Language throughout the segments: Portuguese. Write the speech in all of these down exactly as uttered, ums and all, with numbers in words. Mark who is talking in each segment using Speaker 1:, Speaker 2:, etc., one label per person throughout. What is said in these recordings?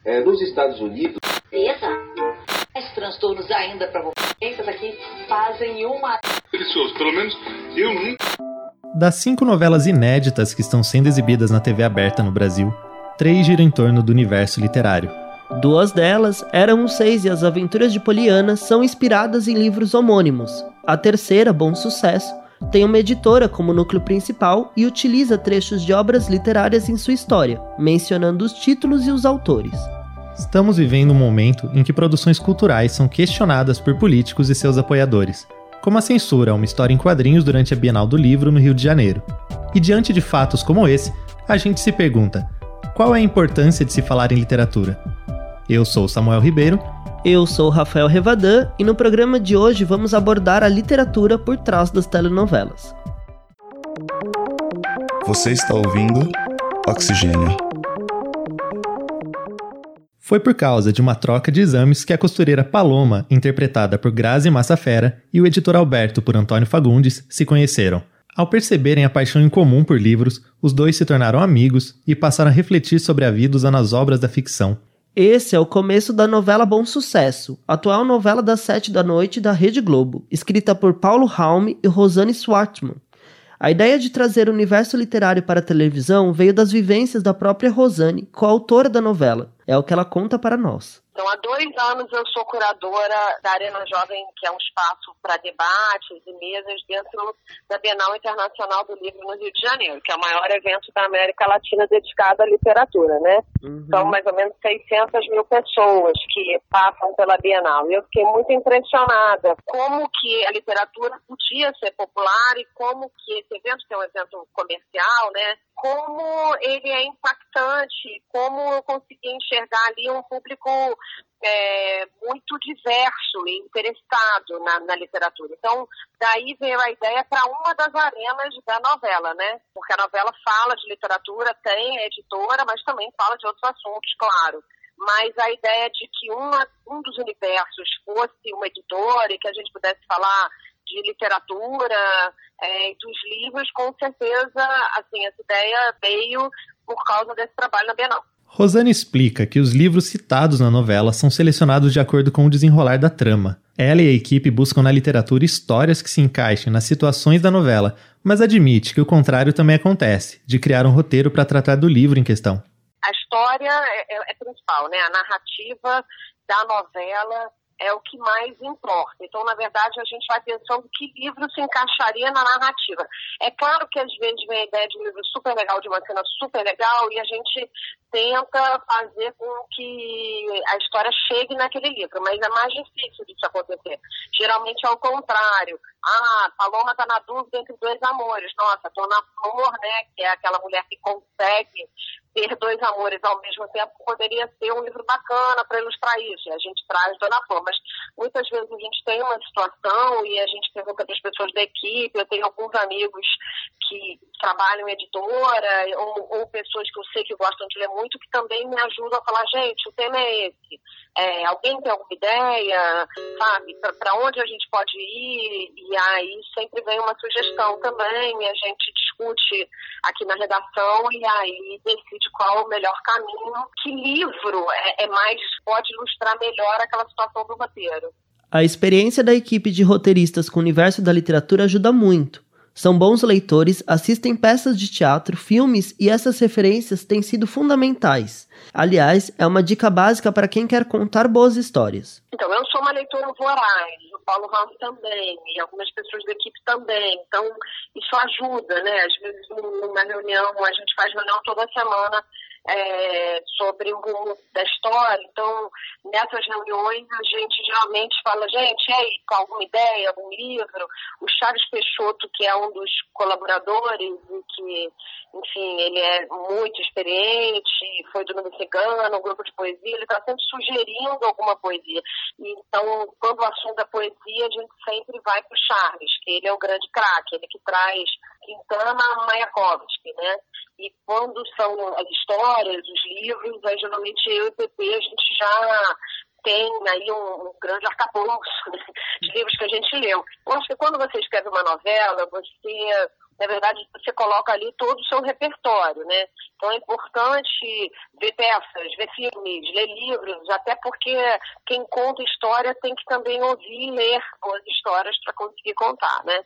Speaker 1: É, nos Estados Unidos...
Speaker 2: Eita! Mais transtornos ainda para vocês aqui fazem uma...
Speaker 3: Delicioso, pelo menos eu nunca...
Speaker 4: Das cinco novelas inéditas que estão sendo exibidas na T V aberta no Brasil, três giram em torno do universo literário.
Speaker 5: Duas delas, Éramos Seis e As Aventuras de Poliana, são inspiradas em livros homônimos. A terceira, Bom Sucesso, tem uma editora como núcleo principal e utiliza trechos de obras literárias em sua história, mencionando os títulos e os autores.
Speaker 4: Estamos vivendo um momento em que produções culturais são questionadas por políticos e seus apoiadores, como a censura a uma história em quadrinhos durante a Bienal do Livro no Rio de Janeiro. E diante de fatos como esse, a gente se pergunta: qual é a importância de se falar em literatura? Eu sou Samuel Ribeiro.
Speaker 5: Eu sou Rafael Revadan e no programa de hoje vamos abordar a literatura por trás das telenovelas.
Speaker 6: Você está ouvindo Oxigênio.
Speaker 4: Foi por causa de uma troca de exames que a costureira Paloma, interpretada por Grazi Massafera, e o editor Alberto, por Antônio Fagundes, se conheceram. Ao perceberem a paixão em comum por livros, os dois se tornaram amigos e passaram a refletir sobre a vida usando as obras da ficção.
Speaker 5: Esse é o começo da novela Bom Sucesso, atual novela das sete da noite da Rede Globo, escrita por Paulo Raume e Rosane Schwartzman. A ideia de trazer o universo literário para a televisão veio das vivências da própria Rosane, coautora da novela. É o que ela conta para nós.
Speaker 7: Então, há dois anos eu sou curadora da Arena Jovem, que é um espaço para debates e mesas dentro da Bienal Internacional do Livro no Rio de Janeiro, que é o maior evento da América Latina dedicado à literatura, né? Uhum. São mais ou menos seiscentas mil pessoas que passam pela Bienal. E eu fiquei muito impressionada como que a literatura podia ser popular e como que esse evento, que é um evento comercial, né? Como ele é impactante, como eu consegui enxergar ali um público é, muito diverso e interessado na, na literatura. Então, daí veio a ideia para uma das arenas da novela, né? Porque a novela fala de literatura, tem a editora, mas também fala de outros assuntos, claro. Mas a ideia de que uma, um dos universos fosse uma editora e que a gente pudesse falar de literatura é, e dos livros, com certeza, assim, essa ideia veio por causa desse trabalho na Bienal.
Speaker 4: Rosane explica que os livros citados na novela são selecionados de acordo com o desenrolar da trama. Ela e a equipe buscam na literatura histórias que se encaixem nas situações da novela, mas admite que o contrário também acontece, de criar um roteiro para tratar do livro em questão.
Speaker 7: A história é, é, é principal, né? A narrativa da novela é o que mais importa. Então, na verdade, a gente vai pensando que livro se encaixaria na narrativa. É claro que às vezes vem a ideia de um livro super legal, de uma cena super legal, e a gente tenta fazer com que a história chegue naquele livro, mas é mais difícil disso acontecer. Geralmente é o contrário. Ah, Paloma está na dúvida entre dois amores. Nossa, Dona Flor, né, que é aquela mulher que consegue ter dois amores ao mesmo tempo, poderia ser um livro bacana para ilustrar isso. E a gente traz Dona Flor, mas muitas vezes a gente tem uma situação e a gente pergunta para as pessoas da equipe. Eu tenho alguns amigos que trabalham em editora ou, ou pessoas que eu sei que gostam de ler muito, que também me ajudam a falar: gente, o tema é esse. É, alguém tem alguma ideia, sabe, para onde a gente pode ir? E aí sempre vem uma sugestão também, e a gente discute aqui na redação e aí decide qual é o melhor caminho, que livro é, é mais, pode ilustrar melhor aquela situação do roteiro.
Speaker 5: A experiência da equipe de roteiristas com o universo da literatura ajuda muito. São bons leitores, assistem peças de teatro, filmes e essas referências têm sido fundamentais. Aliás, é uma dica básica para quem quer contar boas histórias.
Speaker 7: Então, eu sou uma leitora voraz, o Paulo Raume também, e algumas pessoas da equipe também. Então, isso ajuda, né? Às vezes, numa reunião, a gente faz reunião toda semana é, sobre o rumo da história. Então, nessas reuniões, a gente geralmente fala: gente, e aí, com alguma ideia, algum livro? O Chaves Peixoto, que é um dos colaboradores e que, enfim, ele é muito experiente, foi do Número Cigano, um grupo de poesia, ele está sempre sugerindo alguma poesia. Então, quando o assunto é poesia, a gente sempre vai para o Charles, que ele é o grande craque, ele que traz Quintana Mayakovsky, né? E quando são as histórias, os livros, aí geralmente eu e o P P, a gente já tem aí um, um grande arcabouço de livros que a gente leu. Eu acho que quando você escreve uma novela, você na verdade, você coloca ali todo o seu repertório, né? Então é importante ver peças, ver filmes, ler livros, até porque quem conta história tem que também ouvir e ler boas histórias para conseguir contar, né?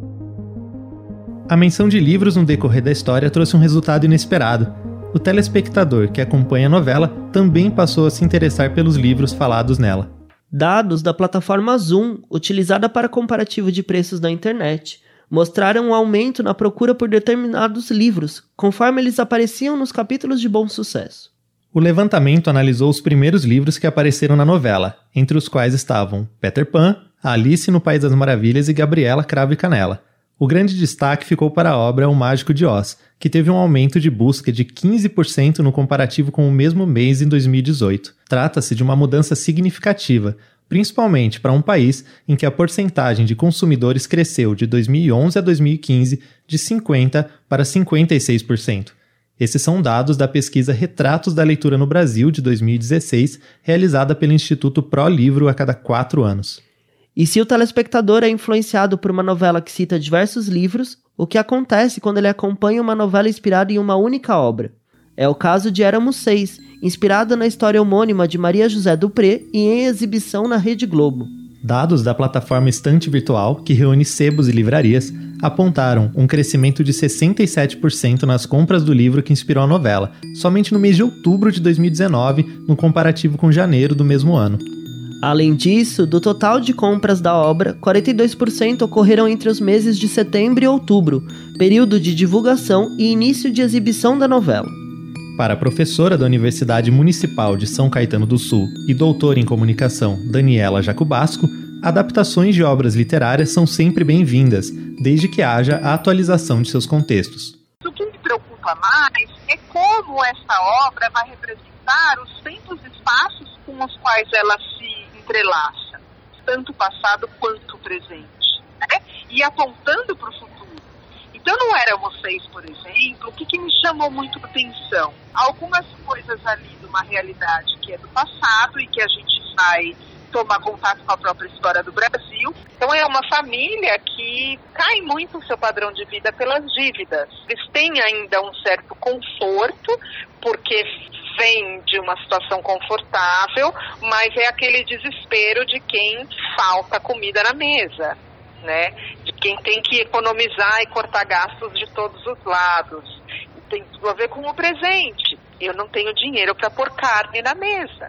Speaker 4: A menção de livros no decorrer da história trouxe um resultado inesperado. O telespectador que acompanha a novela também passou a se interessar pelos livros falados nela.
Speaker 5: Dados da plataforma Zoom, utilizada para comparativo de preços na internet, mostraram um aumento na procura por determinados livros, conforme eles apareciam nos capítulos de Bom Sucesso.
Speaker 4: O levantamento analisou os primeiros livros que apareceram na novela, entre os quais estavam Peter Pan, Alice no País das Maravilhas e Gabriela Cravo e Canela. O grande destaque ficou para a obra O Mágico de Oz, que teve um aumento de busca de quinze por cento no comparativo com o mesmo mês em dois mil e dezoito. Trata-se de uma mudança significativa, principalmente para um país em que a porcentagem de consumidores cresceu de dois mil e onze a dois mil e quinze de cinquenta por cento para cinquenta e seis por cento. Esses são dados da pesquisa Retratos da Leitura no Brasil de dois mil e dezesseis, realizada pelo Instituto Pro Livro a cada quatro anos.
Speaker 5: E se o telespectador é influenciado por uma novela que cita diversos livros, o que acontece quando ele acompanha uma novela inspirada em uma única obra? É o caso de Éramos Seis, inspirada na história homônima de Maria José Dupré e em exibição na Rede Globo.
Speaker 4: Dados da plataforma Estante Virtual, que reúne sebos e livrarias, apontaram um crescimento de sessenta e sete por cento nas compras do livro que inspirou a novela, somente no mês de outubro de dois mil e dezenove, no comparativo com janeiro do mesmo ano.
Speaker 5: Além disso, do total de compras da obra, quarenta e dois por cento ocorreram entre os meses de setembro e outubro, período de divulgação e início de exibição da novela.
Speaker 4: Para a professora da Universidade Municipal de São Caetano do Sul e doutora em comunicação Daniela Jacobasco, adaptações de obras literárias são sempre bem-vindas, desde que haja a atualização de seus contextos.
Speaker 1: O que me preocupa mais é como essa obra vai representar os tempos e espaços com os quais ela se entrelaça, tanto o passado quanto o presente, né? E apontando para o futuro. Então, no Éramos Seis, por exemplo, o que, que me chamou muito a atenção? Algumas coisas ali de uma realidade que é do passado e que a gente vai tomar contato com a própria história do Brasil. Então, é uma família que cai muito o seu padrão de vida pelas dívidas. Eles têm ainda um certo conforto, porque vem de uma situação confortável, mas é aquele desespero de quem falta comida na mesa, né? De quem tem que economizar e cortar gastos de todos os lados. Tem tudo a ver com o presente. Eu não tenho dinheiro para pôr carne na mesa.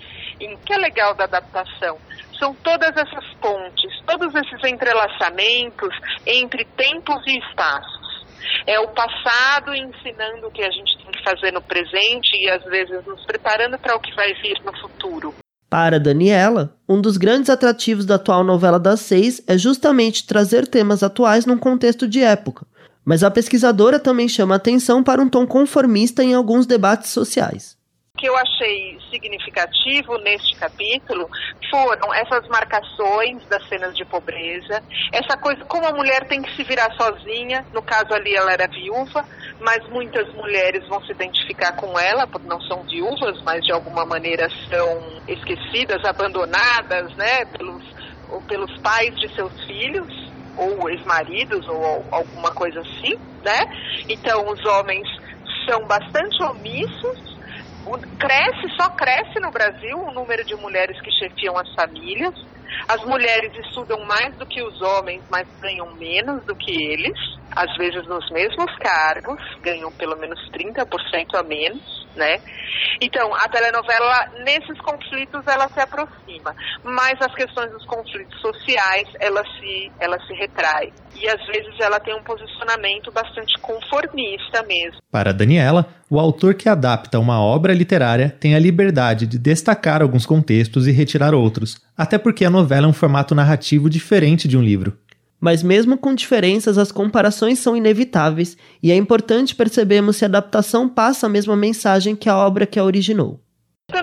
Speaker 1: E o que é legal da adaptação são todas essas pontes, todos esses entrelaçamentos entre tempos e espaços. É o passado ensinando o que a gente tem que fazer no presente e às vezes nos preparando para o que vai vir no futuro.
Speaker 5: Para Daniela, um dos grandes atrativos da atual novela das seis é justamente trazer temas atuais num contexto de época. Mas a pesquisadora também chama atenção para um tom conformista em alguns debates sociais.
Speaker 1: O que eu achei significativo neste capítulo foram essas marcações das cenas de pobreza, essa coisa como a mulher tem que se virar sozinha, no caso ali ela era viúva, mas muitas mulheres vão se identificar com ela, porque não são viúvas, mas de alguma maneira são esquecidas, abandonadas, né, pelos, ou pelos pais de seus filhos, ou ex-maridos, ou alguma coisa assim, né? Então os homens são bastante omissos. Cresce, só cresce no Brasil o número de mulheres que chefiam as famílias. As mulheres estudam mais do que os homens, mas ganham menos do que eles. Às vezes nos mesmos cargos, ganham pelo menos trinta por cento a menos, né? Então, a telenovela, nesses conflitos, ela se aproxima. Mas as questões dos conflitos sociais, ela se, ela se retrai. E às vezes ela tem um posicionamento bastante conformista mesmo.
Speaker 4: Para Daniela, o autor que adapta uma obra literária tem a liberdade de destacar alguns contextos e retirar outros, até porque a novela é um formato narrativo diferente de um livro.
Speaker 5: Mas mesmo com diferenças, as comparações são inevitáveis e é importante percebermos se a adaptação passa a mesma mensagem que a obra que a originou.
Speaker 1: Também estou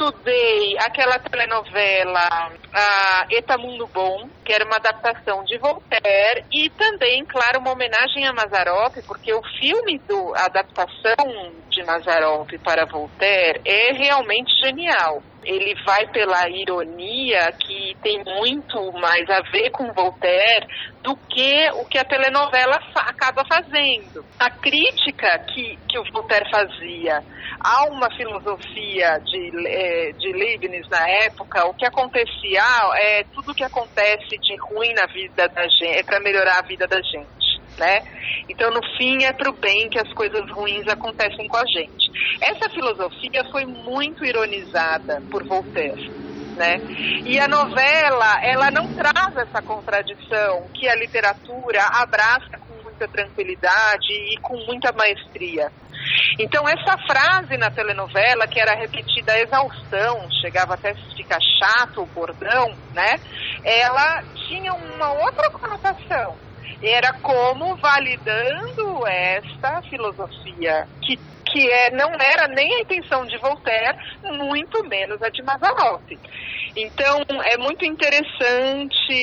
Speaker 1: estudei aquela telenovela a Eta Mundo Bom, que era uma adaptação de Voltaire, e também, claro, uma homenagem a Mazzaropi, porque o filme do a adaptação de Mazzaropi para Voltaire é realmente genial. Ele vai pela ironia, que tem muito mais a ver com Voltaire do que o que a telenovela fa- acaba fazendo. A crítica que, que o Voltaire fazia a uma filosofia de, é, de Leibniz na época, o que acontecia, é tudo o que acontece de ruim na vida da gente, é para melhorar a vida da gente, né? Então, no fim, é para o bem que as coisas ruins acontecem com a gente. Essa filosofia foi muito ironizada por Voltaire, né? E a novela, ela não traz essa contradição que a literatura abraça com muita tranquilidade e com muita maestria. Então, essa frase na telenovela, que era repetida a exaustão, chegava até a ficar chato o bordão, né? Ela tinha uma outra conotação. Era como validando esta filosofia, que, que é, não era nem a intenção de Voltaire, muito menos a de Mazzaropi. Então, é muito interessante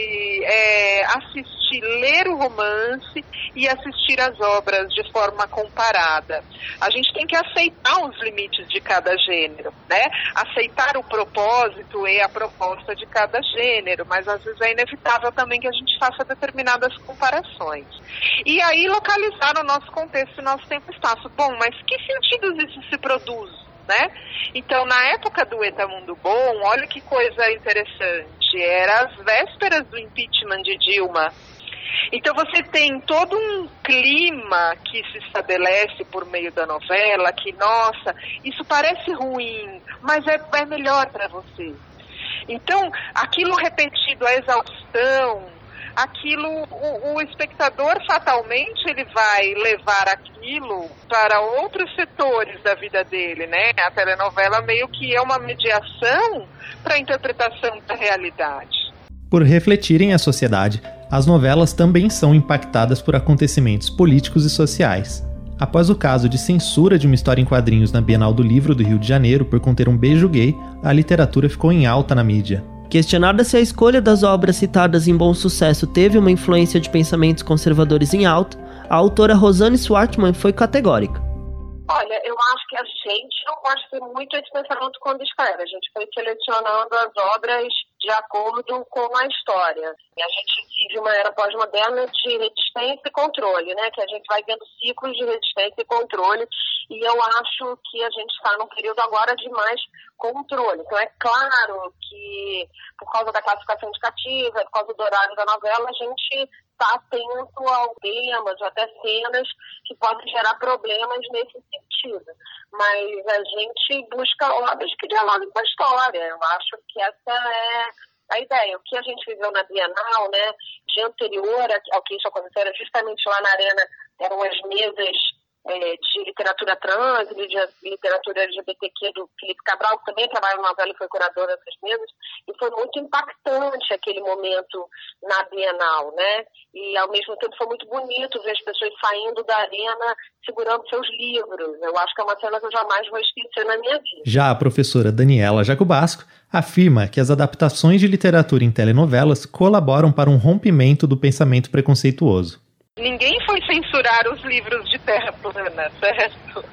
Speaker 1: é, assistir, ler o romance e assistir as obras de forma comparada. A gente tem que aceitar os limites de cada gênero, né? Aceitar o propósito e a proposta de cada gênero, mas às vezes é inevitável também que a gente faça determinadas comparações. E aí localizar no nosso contexto, no nosso tempo e espaço. Bom, mas que sentidos isso se produz? Né? Então, na época do Eta Mundo Bom, olha que coisa interessante, era as vésperas do impeachment de Dilma. Então você tem todo um clima que se estabelece por meio da novela, que, nossa, isso parece ruim, mas é, é melhor para você. Então, aquilo repetido, a exaustão, aquilo, o, o espectador fatalmente ele vai levar aquilo para outros setores da vida dele, né? A telenovela meio que é uma mediação para a interpretação da realidade.
Speaker 4: Por refletirem a sociedade, as novelas também são impactadas por acontecimentos políticos e sociais. Após o caso de censura de uma história em quadrinhos na Bienal do Livro do Rio de Janeiro por conter um beijo gay, a literatura ficou em alta na mídia.
Speaker 5: Questionada se a escolha das obras citadas em Bom Sucesso teve uma influência de pensamentos conservadores em alta, a autora Rosane Swartman foi categórica.
Speaker 7: Olha, eu acho que a gente não pode ter muito esse pensamento quando escreve. A gente foi selecionando as obras de acordo com a história. E a gente vive uma era pós-moderna de resistência e controle, né? Que a gente vai vendo ciclos de resistência e controle. E eu acho que a gente está num período agora de mais controle. Então, é claro que, por causa da classificação indicativa, por causa do horário da novela, a gente está atento a temas ou até cenas que podem gerar problemas nesse sentido. Mas a gente busca obras que dialogam com a história. Eu acho que essa é a ideia. O que a gente viveu na Bienal, né, de anterior ao que isso aconteceu, era justamente lá na Arena, eram as mesas é, de literatura trans, de literatura L G B T Q do Felipe Cabral, que também trabalha na novela e foi curador dessas mesas, e foi muito impactante aquele momento na Bienal, né? E ao mesmo tempo foi muito bonito ver as pessoas saindo da arena segurando seus livros. Eu acho que é uma cena que eu jamais vou esquecer na minha vida.
Speaker 4: Já a professora Daniela Jacobasco afirma que as adaptações de literatura em telenovelas colaboram para um rompimento do pensamento preconceituoso.
Speaker 1: Ninguém foi censurar os livros de Terra Plana, certo?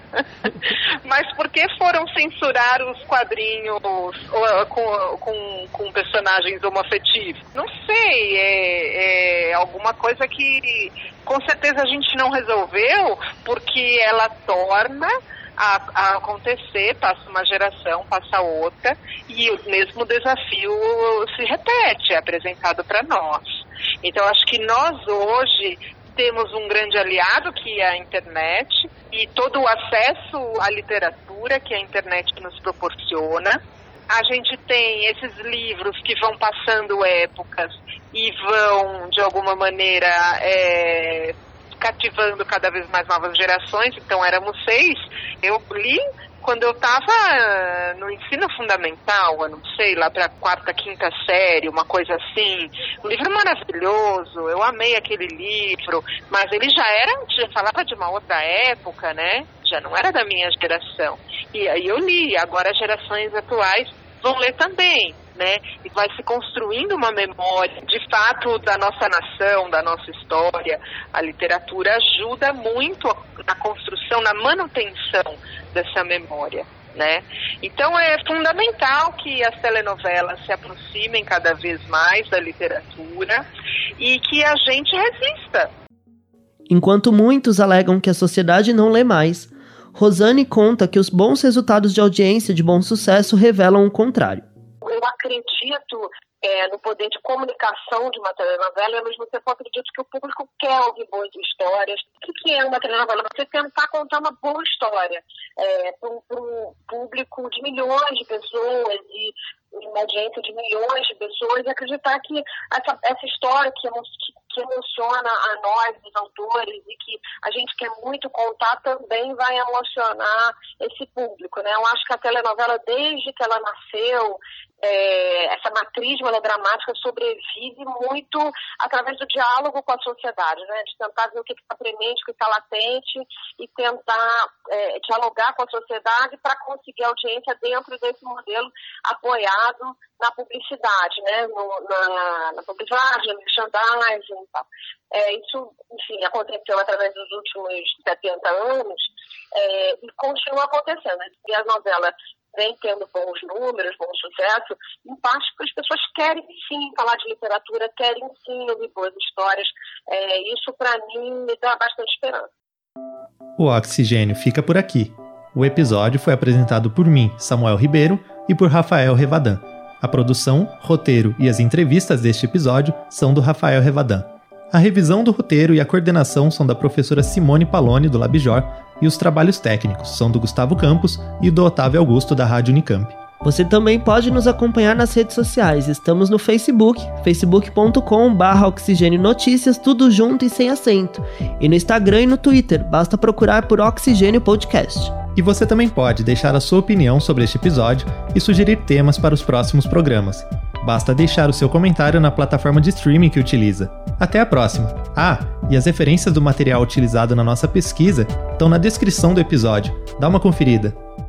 Speaker 1: Mas por que foram censurar os quadrinhos com, com, com personagens homoafetivos? Não sei, é, é alguma coisa que com certeza a gente não resolveu, porque ela torna a, a acontecer, passa uma geração, passa outra, e o mesmo desafio se repete, é apresentado para nós. Então acho que nós hoje temos um grande aliado, que é a internet, e todo o acesso à literatura que a internet nos proporciona. A gente tem esses livros que vão passando épocas e vão, de alguma maneira, é, cativando cada vez mais novas gerações. Então, éramos seis. Eu li quando eu estava no ensino fundamental, eu não sei, lá para a quarta, quinta série, uma coisa assim. Um livro maravilhoso, eu amei aquele livro, mas ele já era, já falava de uma outra época, né? Já não era da minha geração. E aí eu li, agora as gerações atuais vão ler também, né? E vai se construindo uma memória, de fato, da nossa nação, da nossa história. A literatura ajuda muito na construção, na manutenção dessa memória, né? Então é fundamental que as telenovelas se aproximem cada vez mais da literatura e que a gente resista.
Speaker 5: Enquanto muitos alegam que a sociedade não lê mais, Rosane conta que os bons resultados de audiência de Bom Sucesso revelam o contrário.
Speaker 7: Eu acredito é, no poder de comunicação de uma telenovela e ao mesmo tempo acredito que o público quer ouvir boas histórias. O que é uma telenovela? Você tentar contar uma boa história é, para um público de milhões de pessoas e uma audiência de milhões de pessoas e acreditar que essa, essa história que, emo, que, que emociona a nós, os autores, e que a gente quer muito contar, também vai emocionar esse público, né? Eu acho que a telenovela, desde que ela nasceu, é, essa matriz melodramática sobrevive muito através do diálogo com a sociedade, né? De tentar ver o que está premente, o que está latente e tentar é, dialogar com a sociedade para conseguir audiência dentro desse modelo apoiado na publicidade, né? No, na, na publicidade, no merchandising e tal. É, isso, enfim, aconteceu através dos últimos setenta anos é, e continua acontecendo. E a novela vem tendo bons números, bom sucesso, em parte porque as pessoas querem sim falar de literatura, querem sim ouvir boas histórias. É, isso, para mim, me dá bastante esperança.
Speaker 4: O Oxigênio fica por aqui. O episódio foi apresentado por mim, Samuel Ribeiro, e por Rafael Revadan. A produção, roteiro e as entrevistas deste episódio são do Rafael Revadan. A revisão do roteiro e a coordenação são da professora Simone Paloni, do Labjor, e os trabalhos técnicos são do Gustavo Campos e do Otávio Augusto, da Rádio Unicamp.
Speaker 5: Você também pode nos acompanhar nas redes sociais. Estamos no Facebook, facebook ponto com barra Oxigênio Notícias, tudo junto e sem acento. E no Instagram e no Twitter, basta procurar por Oxigênio Podcast.
Speaker 4: E você também pode deixar a sua opinião sobre este episódio e sugerir temas para os próximos programas. Basta deixar o seu comentário na plataforma de streaming que utiliza. Até a próxima! Ah, e as referências do material utilizado na nossa pesquisa estão na descrição do episódio. Dá uma conferida.